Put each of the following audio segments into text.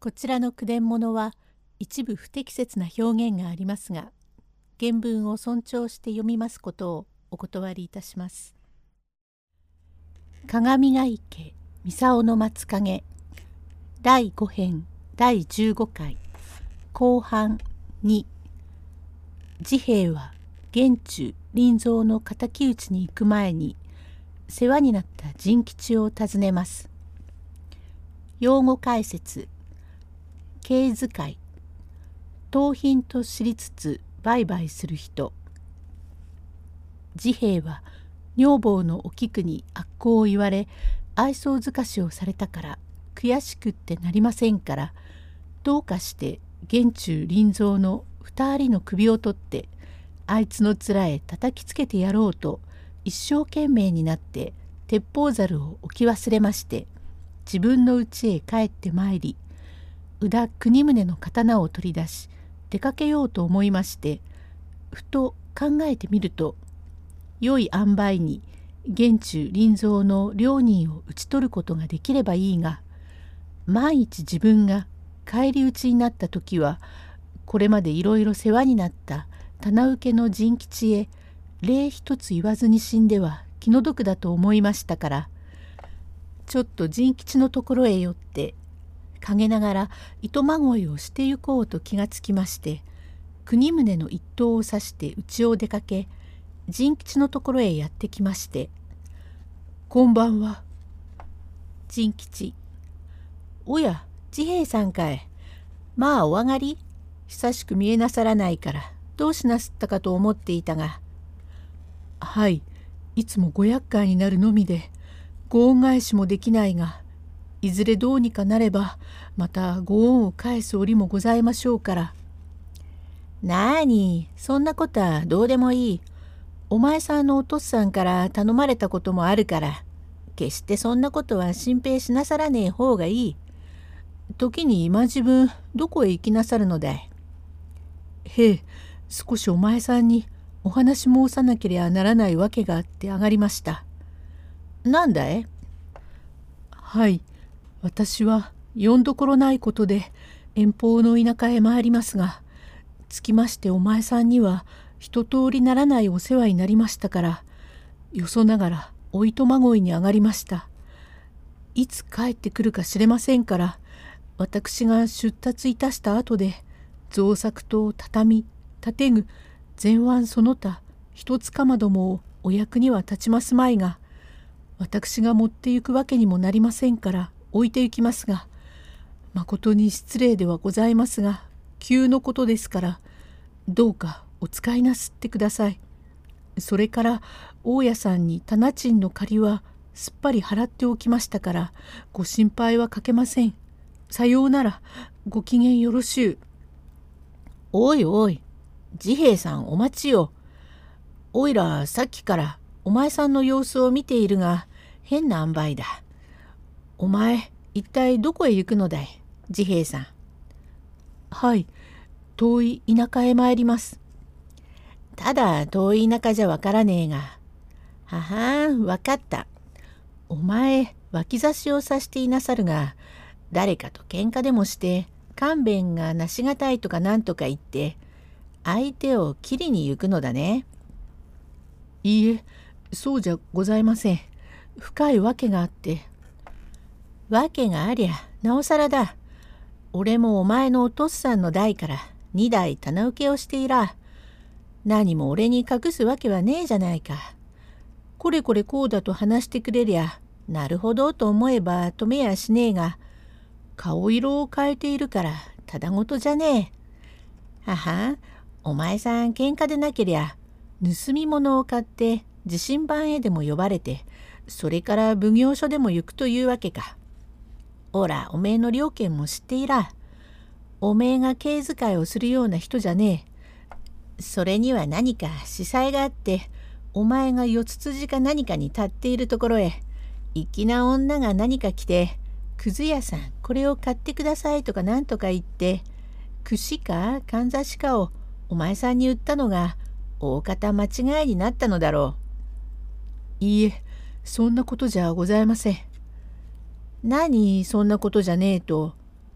こちらの句伝物は一部不適切な表現がありますが、原文を尊重して読みますことをお断りいたします。鏡ヶ池操の松影第5編第15回後半2。治兵衛は玄中林蔵の敵討ちに行く前に世話になった甚吉を訪ねます。用語解説。経使い、盗品と知りつつ売買する人。治兵衛は女房のお菊に悪行を言われ愛想づかしをされたから悔しくってなりませんから、どうかして玄中林蔵の2人の首を取ってあいつの面へ叩きつけてやろうと一生懸命になって鉄砲ざるを置き忘れまして、自分の家へ帰ってまいり、宇田国宗の刀を取り出し出かけようと思いまして、ふと考えてみると、良い塩梅に玄中林蔵の両人を討ち取ることができればいいが、万一自分が返り討ちになった時は、これまでいろいろ世話になった棚受けの甚吉へ礼一つ言わずに死んでは気の毒だと思いましたから、ちょっと甚吉のところへ寄って陰ながら糸まごいをして行こうと気がつきまして、国宗の一刀を刺して家を出かけ、甚吉のところへやってきまして、こんばんは。甚吉。おや、治兵衛さんかい。まあお上がり。久しく見えなさらないから、どうしなすったかと思っていたが。はい、いつもご厄介になるのみで、ご恩返しもできないが、いずれどうにかなれば、またご恩を返す折もございましょうから。なあに、そんなことはどうでもいい。お前さんのお父さんから頼まれたこともあるから、決してそんなことは心配しなさらねえ方がいい。時に今自分、どこへ行きなさるのだい。へえ、少しお前さんにお話申さなければならないわけがあって上がりました。なんだい。はい、私はよんどころないことで遠方の田舎へ参りますが、つきましてお前さんには一通りならないお世話になりましたから、よそながらお糸まごいに上がりました。いつ帰ってくるか知れませんから、私が出立いたした後で造作と畳、建具、前腕その他一つかまどもをお役には立ちますまいが、私が持って行くわけにもなりませんから置いて行きますが、まことに失礼ではございますが、急のことですから、どうかお使いなすってください。それから大家さんに店賃の借りはすっぱり払っておきましたから、ご心配はかけません。さようなら、ご機嫌よろしゅう。おいおい、治兵衛さんお待ちよ。おいらさっきからお前さんの様子を見ているが、変な塩梅だ。お前、一体どこへ行くのだい、治兵衛さん。はい、遠い田舎へ参ります。ただ遠い田舎じゃわからねえが。ははん、わかった。お前、脇差しをさしていなさるが、誰かと喧嘩でもして、勘弁がなしがたいとかなんとか言って、相手を切りに行くのだね。いいえ、そうじゃございません。深いわけがあって。わけがありゃなおさらだ。俺もお前のお父さんの代から2代棚受けをしていら。何も俺に隠すわけはねえじゃないか。これこれこうだと話してくれりゃ、なるほどと思えば止めやしねえが、顔色を変えているからただごとじゃねえ。はは、お前さん喧嘩でなけりゃ、盗み物を買って自身番へでも呼ばれて、それから奉行所でも行くというわけか。おら、おめえの了見も知っていら。おめえが経遣いをするような人じゃねえ。それには何か司祭があって、お前が四つ辻か何かに立っているところへ、粋な女が何か来て、くず屋さんこれを買ってくださいとかなんとか言って、櫛かかんざしかをお前さんに売ったのが大方間違いになったのだろう。いいえ、そんなことじゃございません。何そんなことじゃねえと。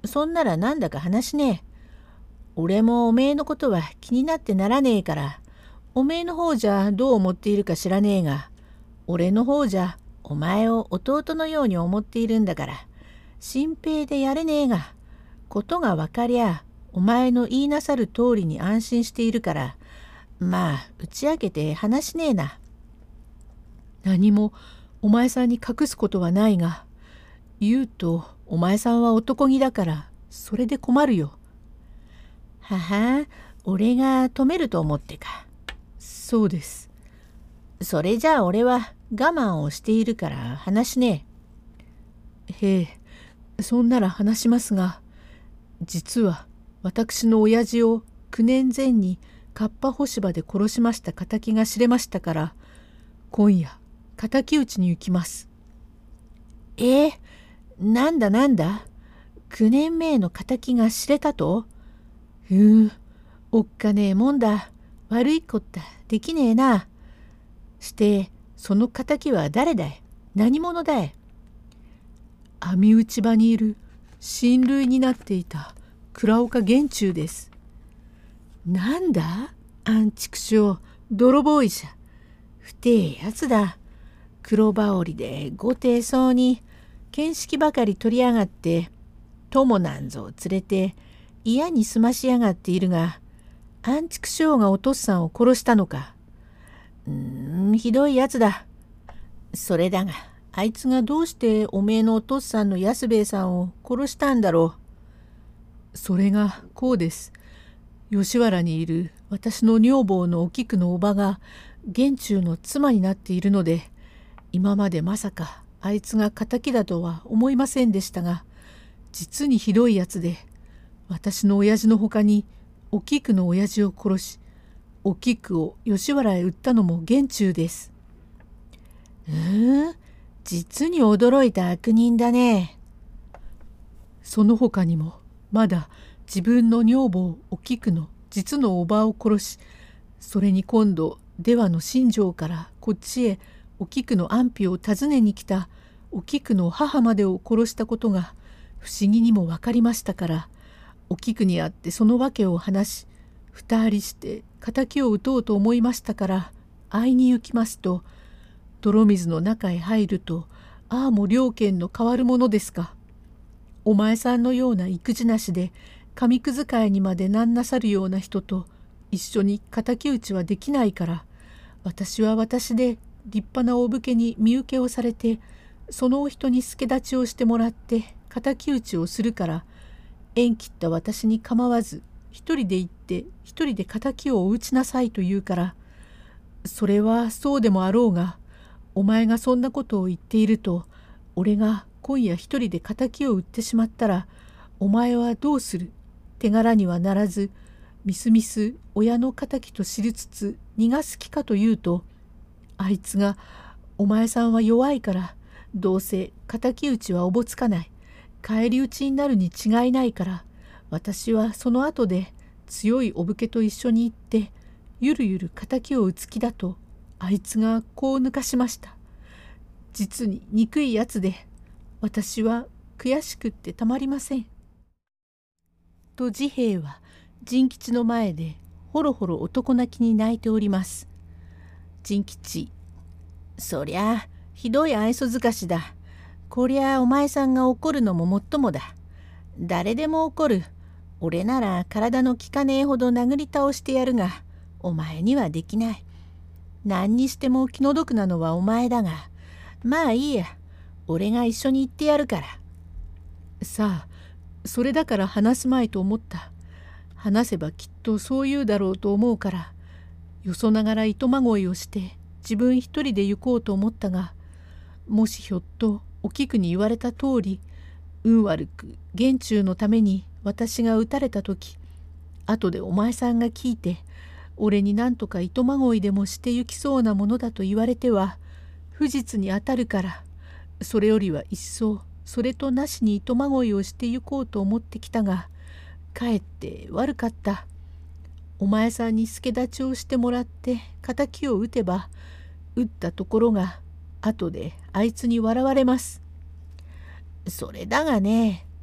そんならなんだか話しねえ。俺もおめえのことは気になってならねえから、おめえの方じゃどう思っているか知らねえが、俺の方じゃお前を弟のように思っているんだから、心平でやれねえが、ことが分かりゃお前の言いなさる通りに安心しているから、まあ打ち明けて話しねえな。何もお前さんに隠すことはないが、言うとお前さんは男気だからそれで困るよ。はは、俺が止めると思ってか。そうです。それじゃあ俺は我慢をしているから話しねえ。へえ、そんなら話しますが、実は私の親父を9年前にかっぱ干し場で殺しました仇が知れましたから、今夜敵討ちに行きます。なんだなんだ、9年前の仇が知れたと。おっかねえもんだ。悪いこったできねえな。してその仇は誰だい。何者だい。網打ち場にいる親類になっていた倉岡源中です。なんだ、あんちくしょう、泥棒医者。不定やつだ。黒羽織でごてえそうに見識ばかり取りやがって、友なんぞを連れて嫌に済ましやがっているが、アンチクショーがお父さんを殺したのか。ひどいやつだ。それだが、あいつがどうしておめえのお父さんの安兵衛さんを殺したんだろう。それがこうです。吉原にいる私の女房のお菊のおばが源中の妻になっているので、今までまさかあいつが仇だとは思いませんでしたが、実にひどいやつで、私の親父のほかにお菊の親父を殺し、お菊を吉原へ売ったのも源中です。実に驚いた悪人だね。その他にもまだ自分の女房お菊の実のおばを殺し、それに今度出羽の新庄からこっちへお菊の安否を尋ねに来たお菊の母までを殺したことが不思議にも分かりましたから、お菊に会ってその訳を話し、二人して仇を討とうと思いましたから会いに行きますと、泥水の中へ入ると、ああも両県の変わるものですか。お前さんのような育児なしで紙くずかいにまでなんなさるような人と一緒に仇討ちはできないから、私は私で立派なお武家に身請けをされて、そのお人に助太刀をしてもらって仇討ちをするから、縁切った私に構わず一人で行って一人で仇をお討ちなさいと言うから、それはそうでもあろうが、お前がそんなことを言っていると、俺が今夜一人で仇を討ってしまったら、お前はどうする。手柄にはならず、みすみす親の仇と知りつつ逃がす気かというと、あいつがお前さんは弱いからどうせ仇討ちはおぼつかない、返り討ちになるに違いないから、私はその後で強いお武家と一緒に行ってゆるゆる仇を討つ気だと、あいつがこう抜かしました。実に憎いやつで、私は悔しくってたまりません。と治兵衛は甚吉の前でほろほろ男泣きに泣いております。甚吉、そりゃひどい愛想づかしだ。こりゃお前さんが怒るのももっともだ。誰でも怒る。俺なら体の利かねえほど殴り倒してやるが、お前にはできない。何にしても気の毒なのはお前だが、まあいいや、俺が一緒に行ってやるから。さあ、それだから話すまいと思った。話せばきっとそう言うだろうと思うから、よそながら糸まごいをして自分一人で行こうと思ったが、もしひょっとお菊に言われた通り、運悪く源中のために私が撃たれた時、後でお前さんが聞いて、俺になんとか糸まごいでもして行きそうなものだと言われては不実に当たるから、それよりは一層それとなしに糸まごいをして行こうと思ってきたが、かえって悪かった。お前さんに助太刀をしてもらって仇を討てば、撃ったところが後であいつに笑われます。それだがね、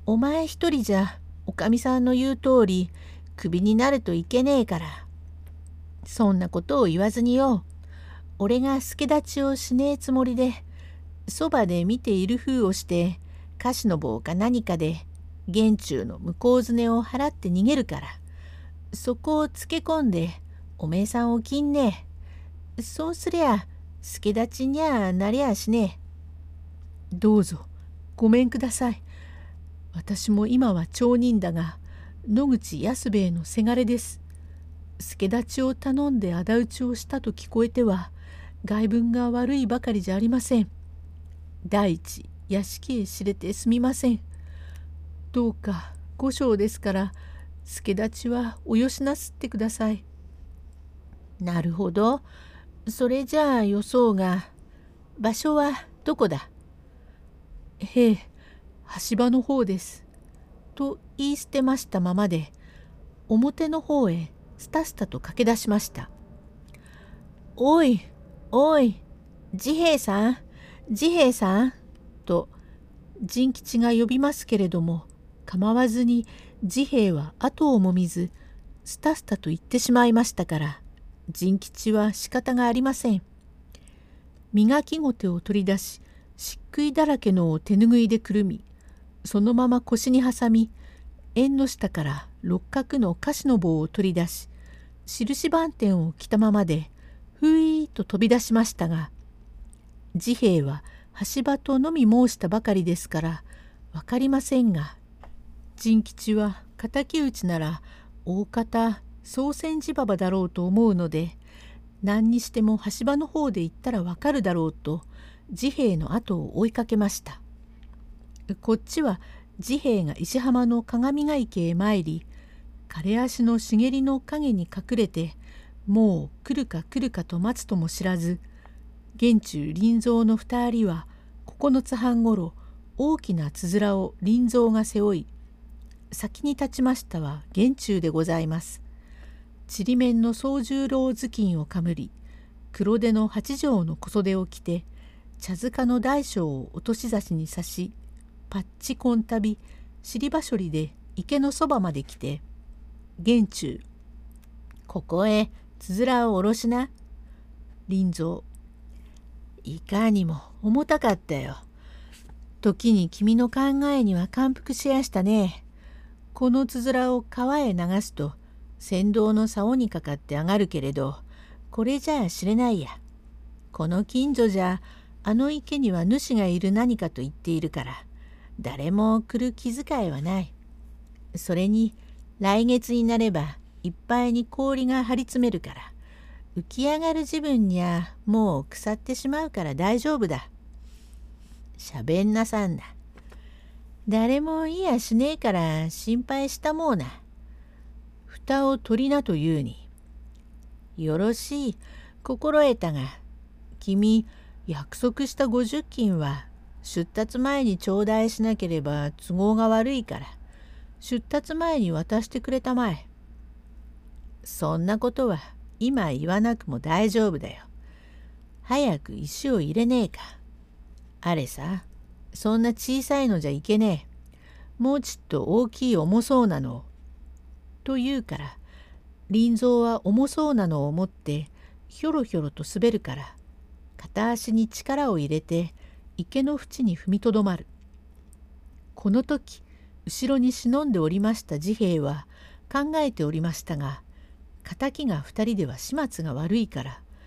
お前一人じゃおかみさんの言う通りクビになるといけねえから。そんなことを言わずによ。俺が助立ちをしねえつもりでそばで見ている風をして菓子の棒か何かで玄中の向こうずねを払って逃げるから、そこをつけ込んでおめえさんを切んねえ。そうすりゃ助立ちにゃなりゃしねえ。どうぞごめんください。私も今は町人だが野口安兵衛のせがれです。助立ちを頼んで仇討ちをしたと聞こえては外聞が悪いばかりじゃありません。第一屋敷へ知れてすみません。どうか御所ですから助立ちはおよしなすってください。なるほど。それじゃあよそうが、場所はどこだ。へえ、橋場の方です。と言い捨てましたままで表の方へスタスタと駆け出しました。おいおい、治兵衛さん、治兵衛さんと甚吉が呼びますけれども、構わずに治兵衛は後をもみずスタスタと言ってしまいましたから、甚吉は仕方がありません。磨きごてを取り出し、漆喰だらけのを手ぬぐいでくるみ、そのまま腰に挟み、縁の下から六角の菓子の棒を取り出し、印番点を着たままでふいーと飛び出しましたが、治兵衛は橋場とのみ申したばかりですから分かりませんが、甚吉は敵討ちなら大方宗泉寺馬場だろうと思うので、何にしても橋場の方で行ったら分かるだろうと治兵衛の後を追いかけました。こっちは治兵衛が石浜の鏡ヶ池へ参り、枯れ足の茂りの陰に隠れてもう来るか来るかと待つとも知らず、玄中林蔵の2人は9つ半ごろ大きなつづらを林蔵が背負い、先に立ちましたは玄中でございます。ちりめんの宗十郎頭巾をかむり、黒手の八丈の小袖を着て、茶塚の大小を落とし差しに刺し、パッチコンタビ尻ばしょりで池のそばまで来て、玄中、ここへつづらを下ろしな。林蔵、いかにも重たかったよ。時に君の考えには感服しやしたね。このつづらを川へ流すと船頭の竿にかかって上がるけれど、これじゃあ知れないや。この近所じゃあの池には主がいる何かと言っているから、誰も来る気遣いはない。それに来月になればいっぱいに氷が張り詰めるから、浮き上がる自分にゃもう腐ってしまうから大丈夫だ。しゃべんなさんな。誰もいやしねえから心配したもうな。蓋を取りなというに。よろしい、心得たが、君、約束した50金は出立前に頂戴しなければ都合が悪いから、出立前に渡してくれたまえ。そんなことは今言わなくも大丈夫だよ。早く石を入れねえか。あれさ、そんな小さいのじゃいけねえ。もうちっと大きい重そうなのを。と言うから、林蔵は重そうなのを持ってひょろひょろと滑るから、片足に力を入れて池の縁に踏みとどまる。この時後ろに忍んでおりました治兵衛は考えておりましたが、敵が2人では始末が悪いから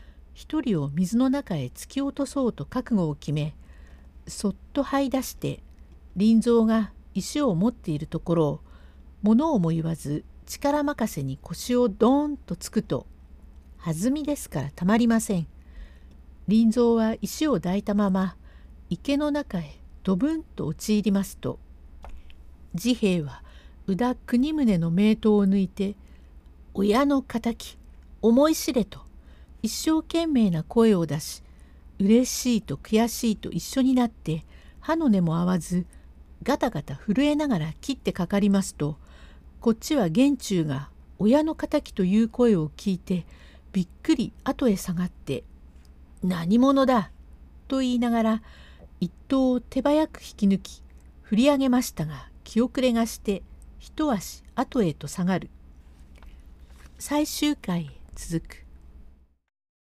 、1人を水の中へ突き落とそうと覚悟を決め、そっと這い出して林蔵が石を持っているところを物をも言わず力任せに腰をドーンとつくと、弾みですからたまりません。林蔵は石を抱いたまま池の中へドブンと陥りますと、治兵衛は宇田国宗の名刀を抜いて、親の敵、思い知れと一生懸命な声を出し、嬉しいと悔しいと一緒になって歯の根も合わずガタガタ震えながら切ってかかりますと、こっちは玄中が親の敵という声を聞いてびっくり後へ下がって、何者だと言いながら一刀を手早く引き抜き振り上げましたが、 気遅れがして一足後へと下がる。最終回へ続く。